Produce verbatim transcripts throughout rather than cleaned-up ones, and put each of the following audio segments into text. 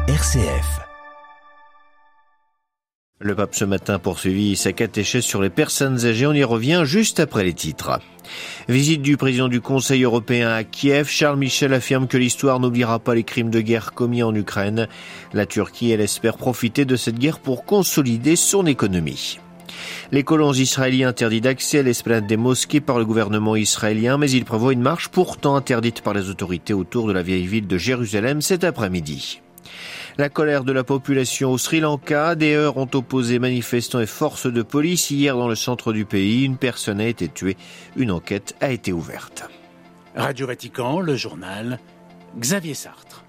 R C F. Le pape ce matin poursuivit sa catéchèse sur les personnes âgées. On y revient juste après les titres. Visite du président du Conseil européen à Kiev. Charles Michel affirme que l'histoire n'oubliera pas les crimes de guerre commis en Ukraine. La Turquie, elle espère profiter de cette guerre pour consolider son économie. Les colons israéliens interdits d'accès à l'esplanade des mosquées par le gouvernement israélien, mais il prévoit une marche pourtant interdite par les autorités autour de la vieille ville de Jérusalem cet après-midi. La colère de la population au Sri Lanka. Des heurts ont opposé manifestants et forces de police. Hier, dans le centre du pays, une personne a été tuée. Une enquête a été ouverte. Radio Vatican, le journal, Xavier Sartre.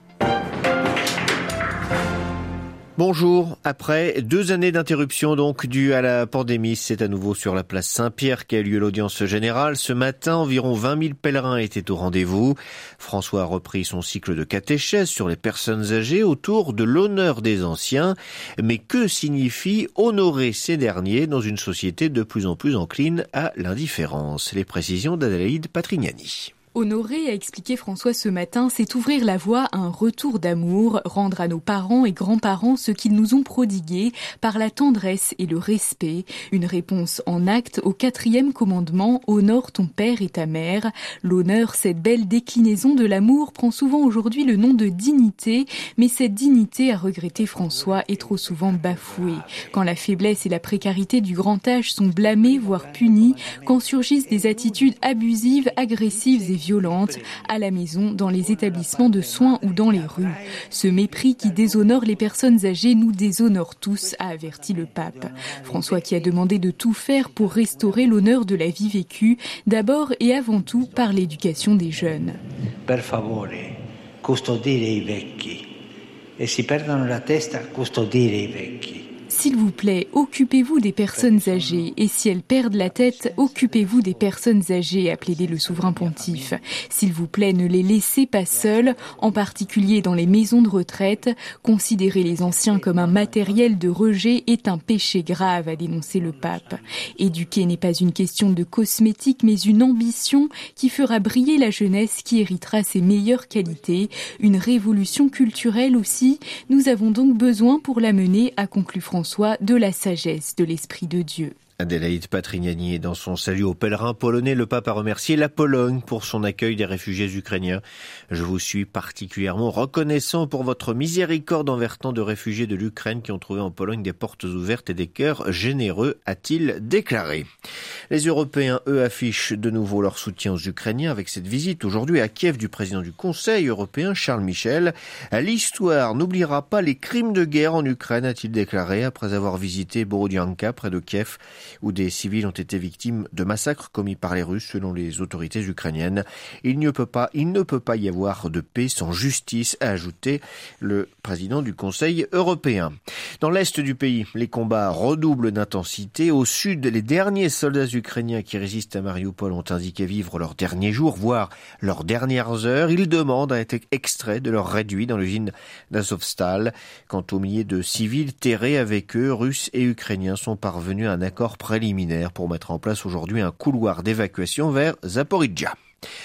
Bonjour. Après deux années d'interruption donc dues à la pandémie, c'est à nouveau sur la place Saint-Pierre qu'a eu lieu l'audience générale. Ce matin, environ vingt mille pèlerins étaient au rendez-vous. François a repris son cycle de catéchèse sur les personnes âgées autour de l'honneur des anciens. Mais que signifie honorer ces derniers dans une société de plus en plus encline à l'indifférence? Les précisions d'Adélaïde Patrignani. Honorer, a expliqué François ce matin, c'est ouvrir la voie à un retour d'amour, rendre à nos parents et grands-parents ce qu'ils nous ont prodigué par la tendresse et le respect. Une réponse en acte au quatrième commandement, honore ton père et ta mère. L'honneur, cette belle déclinaison de l'amour, prend souvent aujourd'hui le nom de dignité, mais cette dignité, a regretté François, est trop souvent bafouée. Quand la faiblesse et la précarité du grand âge sont blâmées, voire punies, quand surgissent des attitudes abusives, agressives et violente, à la maison, dans les établissements de soins ou dans les rues. Ce mépris qui déshonore les personnes âgées nous déshonore tous, a averti le pape. François qui a demandé de tout faire pour restaurer l'honneur de la vie vécue, d'abord et avant tout par l'éducation des jeunes. Per favore, custodire i vecchi. E si perdono la testa, custodire i vecchi. S'il vous plaît, occupez-vous des personnes âgées, et si elles perdent la tête, occupez-vous des personnes âgées, a plaidé le souverain pontife. S'il vous plaît, ne les laissez pas seuls, en particulier dans les maisons de retraite. Considérer les anciens comme un matériel de rejet est un péché grave, a dénoncé le pape. Éduquer n'est pas une question de cosmétique, mais une ambition qui fera briller la jeunesse qui héritera ses meilleures qualités. Une révolution culturelle aussi. Nous avons donc besoin pour la mener, a conclu François, de la sagesse de l'Esprit de Dieu. Adélaïde Patrignani, et dans son salut aux pèlerins polonais, le pape a remercié la Pologne pour son accueil des réfugiés ukrainiens. Je vous suis particulièrement reconnaissant pour votre miséricorde envers tant de réfugiés de l'Ukraine qui ont trouvé en Pologne des portes ouvertes et des cœurs généreux, a-t-il déclaré. Les Européens, eux, affichent de nouveau leur soutien aux Ukrainiens avec cette visite aujourd'hui à Kiev du président du Conseil européen, Charles Michel. L'histoire n'oubliera pas les crimes de guerre en Ukraine, a-t-il déclaré après avoir visité Borodianka près de Kiev, où des civils ont été victimes de massacres commis par les Russes selon les autorités ukrainiennes. Il ne peut pas, il ne peut pas y avoir de paix sans justice, a ajouté le président du Conseil européen. Dans l'est du pays, les combats redoublent d'intensité. Au sud, les derniers soldats ukrainiens qui résistent à Mariupol ont indiqué vivre leurs derniers jours, voire leurs dernières heures. Ils demandent à être extraits de leur réduit dans l'usine d'Azovstal. Quant aux milliers de civils terrés avec eux, Russes et Ukrainiens sont parvenus à un accord préliminaire pour mettre en place aujourd'hui un couloir d'évacuation vers Zaporijjia.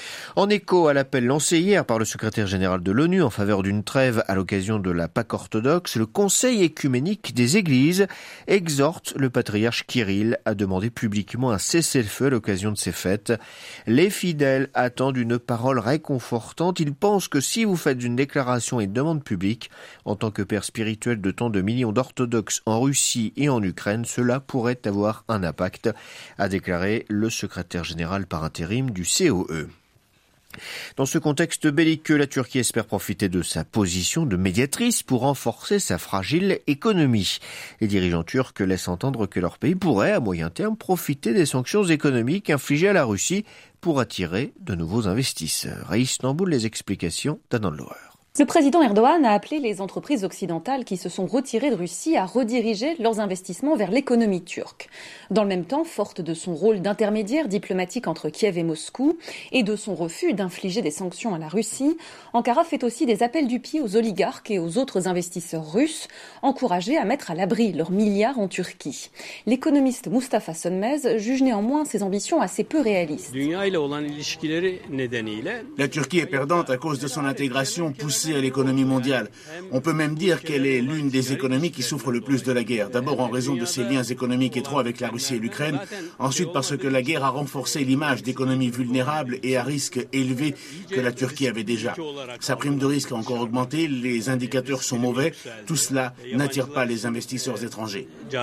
En écho à l'appel lancé hier par le secrétaire général de l'ONU en faveur d'une trêve à l'occasion de la Pâque orthodoxe, le Conseil écuménique des Églises exhorte le patriarche Kirill à demander publiquement un cessez-le-feu à l'occasion de ces fêtes. Les fidèles attendent une parole réconfortante. Ils pensent que si vous faites une déclaration et une demande publique, en tant que père spirituel de tant de millions d'orthodoxes en Russie et en Ukraine, cela pourrait avoir un impact, a déclaré le secrétaire général par intérim du C O E. Dans ce contexte belliqueux, la Turquie espère profiter de sa position de médiatrice pour renforcer sa fragile économie. Les dirigeants turcs laissent entendre que leur pays pourrait, à moyen terme, profiter des sanctions économiques infligées à la Russie pour attirer de nouveaux investisseurs. À Istanbul, les explications d'Adnan Loher. Le président Erdogan a appelé les entreprises occidentales qui se sont retirées de Russie à rediriger leurs investissements vers l'économie turque. Dans le même temps, forte de son rôle d'intermédiaire diplomatique entre Kiev et Moscou et de son refus d'infliger des sanctions à la Russie, Ankara fait aussi des appels du pied aux oligarques et aux autres investisseurs russes, encouragés à mettre à l'abri leurs milliards en Turquie. L'économiste Mustafa Sönmez juge néanmoins ses ambitions assez peu réalistes. La Turquie est perdante à cause de son intégration poussée bouleverser l'économie mondiale. On peut même dire qu'elle est l'une des économies qui souffrent le plus de la guerre. D'abord en raison de ses liens économiques étroits avec la Russie et l'Ukraine. Ensuite parce que la guerre a renforcé l'image d'économies vulnérables et à risque élevé que la Turquie avait déjà. Sa prime de risque a encore augmenté, les indicateurs sont mauvais. Tout cela n'attire pas les investisseurs étrangers.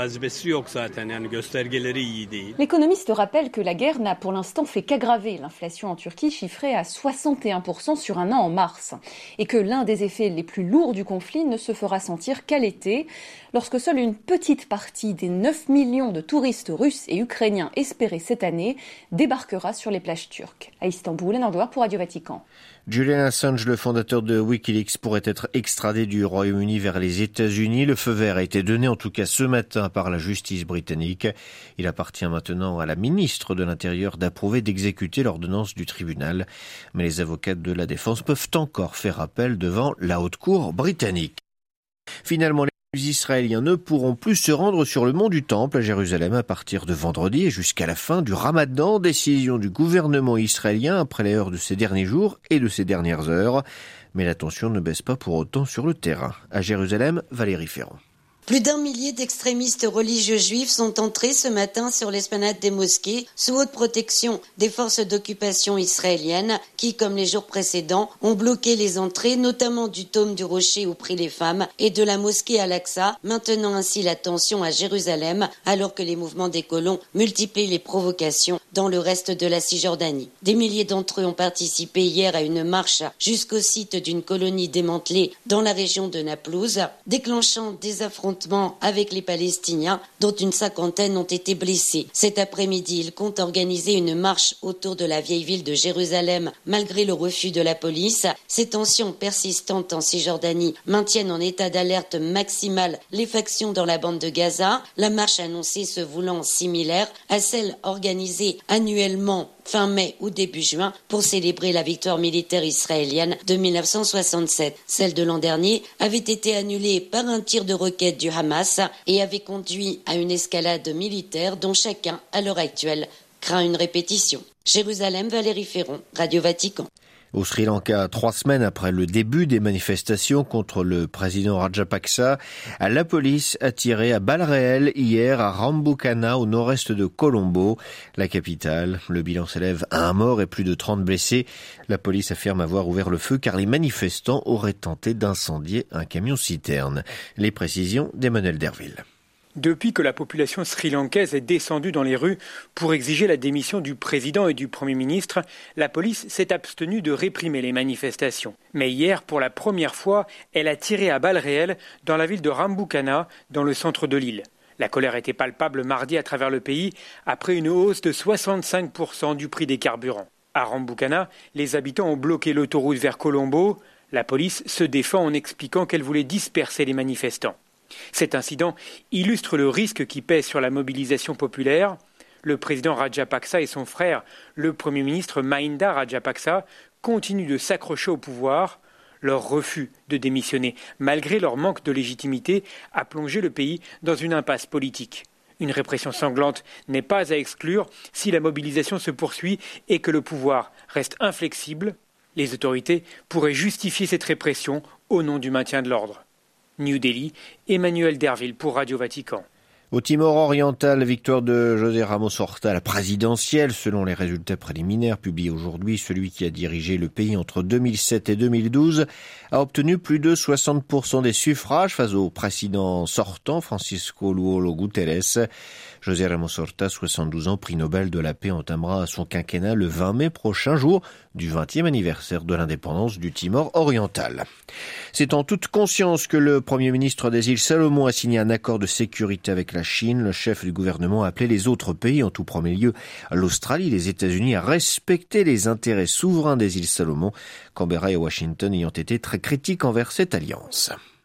L'économiste rappelle que la guerre n'a pour l'instant fait qu'aggraver l'inflation en Turquie, chiffrée à soixante et un pour cent sur un an en mars, et que l'un des effets les plus lourds du conflit ne se fera sentir qu'à l'été, lorsque seule une petite partie des neuf millions de touristes russes et ukrainiens espérés cette année débarquera sur les plages turques. À Istanbul, Anne Ardouard pour Radio Vatican. Julian Assange, le fondateur de Wikileaks, pourrait être extradé du Royaume-Uni vers les États-Unis. Le feu vert a été donné, en tout cas ce matin, par la justice britannique. Il appartient maintenant à la ministre de l'Intérieur d'approuver d'exécuter l'ordonnance du tribunal. Mais les avocats de la défense peuvent encore faire appel devant la haute cour britannique. Finalement, les Israéliens ne pourront plus se rendre sur le mont du Temple à Jérusalem à partir de vendredi et jusqu'à la fin du Ramadan. Décision du gouvernement israélien après les heures de ces derniers jours et de ces dernières heures. Mais la tension ne baisse pas pour autant sur le terrain. À Jérusalem, Valérie Ferrand. Plus d'un millier d'extrémistes religieux juifs sont entrés ce matin sur l'esplanade des mosquées sous haute protection des forces d'occupation israéliennes qui, comme les jours précédents, ont bloqué les entrées, notamment du Tome du Rocher où prient les femmes et de la mosquée Al-Aqsa, maintenant ainsi la tension à Jérusalem alors que les mouvements des colons multiplient les provocations dans le reste de la Cisjordanie. Des milliers d'entre eux ont participé hier à une marche jusqu'au site d'une colonie démantelée dans la région de Naplouse, déclenchant des affrontements avec les Palestiniens, dont une cinquantaine ont été blessés. Cet après-midi, ils comptent organiser une marche autour de la vieille ville de Jérusalem, malgré le refus de la police. Ces tensions persistantes en Cisjordanie maintiennent en état d'alerte maximale les factions dans la bande de Gaza. La marche annoncée se voulant similaire à celle organisée annuellement fin mai ou début juin pour célébrer la victoire militaire israélienne de mille neuf cent soixante-sept. Celle de l'an dernier avait été annulée par un tir de roquette du Hamas et avait conduit à une escalade militaire dont chacun, à l'heure actuelle, craint une répétition. Jérusalem, Valérie Ferron, Radio Vatican. Au Sri Lanka, trois semaines après le début des manifestations contre le président Rajapaksa, la police a tiré à balles réelles hier à Rambukana, au nord-est de Colombo, la capitale. Le bilan s'élève à un mort et plus de trente blessés. La police affirme avoir ouvert le feu car les manifestants auraient tenté d'incendier un camion-citerne. Les précisions d'Emmanuel Derville. Depuis que la population sri-lankaise est descendue dans les rues pour exiger la démission du président et du Premier ministre, la police s'est abstenue de réprimer les manifestations. Mais hier, pour la première fois, elle a tiré à balles réelles dans la ville de Rambukana, dans le centre de l'île. La colère était palpable mardi à travers le pays, après une hausse de soixante-cinq pour cent du prix des carburants. À Rambukana, les habitants ont bloqué l'autoroute vers Colombo. La police se défend en expliquant qu'elle voulait disperser les manifestants. Cet incident illustre le risque qui pèse sur la mobilisation populaire. Le président Rajapaksa et son frère, le Premier ministre Mahinda Rajapaksa, continuent de s'accrocher au pouvoir. Leur refus de démissionner, malgré leur manque de légitimité, a plongé le pays dans une impasse politique. Une répression sanglante n'est pas à exclure si la mobilisation se poursuit et que le pouvoir reste inflexible. Les autorités pourraient justifier cette répression au nom du maintien de l'ordre. New Delhi, Emmanuel Derville pour Radio Vatican. Au Timor oriental, victoire de José Ramos Horta à la présidentielle. Selon les résultats préliminaires publiés aujourd'hui, celui qui a dirigé le pays entre deux mille sept et deux mille douze a obtenu plus de soixante pour cent des suffrages face au président sortant, Francisco Luolo Guterres. José Ramos Horta, soixante-douze ans, prix Nobel de la paix, entamera son quinquennat le vingt mai prochain, jour du vingtième anniversaire de l'indépendance du Timor oriental. C'est en toute conscience que le Premier ministre des îles Salomon a signé un accord de sécurité avec la Chine. Le chef du gouvernement a appelé les autres pays, en tout premier lieu l'Australie, les États-Unis, à respecter les intérêts souverains des îles Salomon, Canberra et Washington ayant été très critiques envers cette alliance.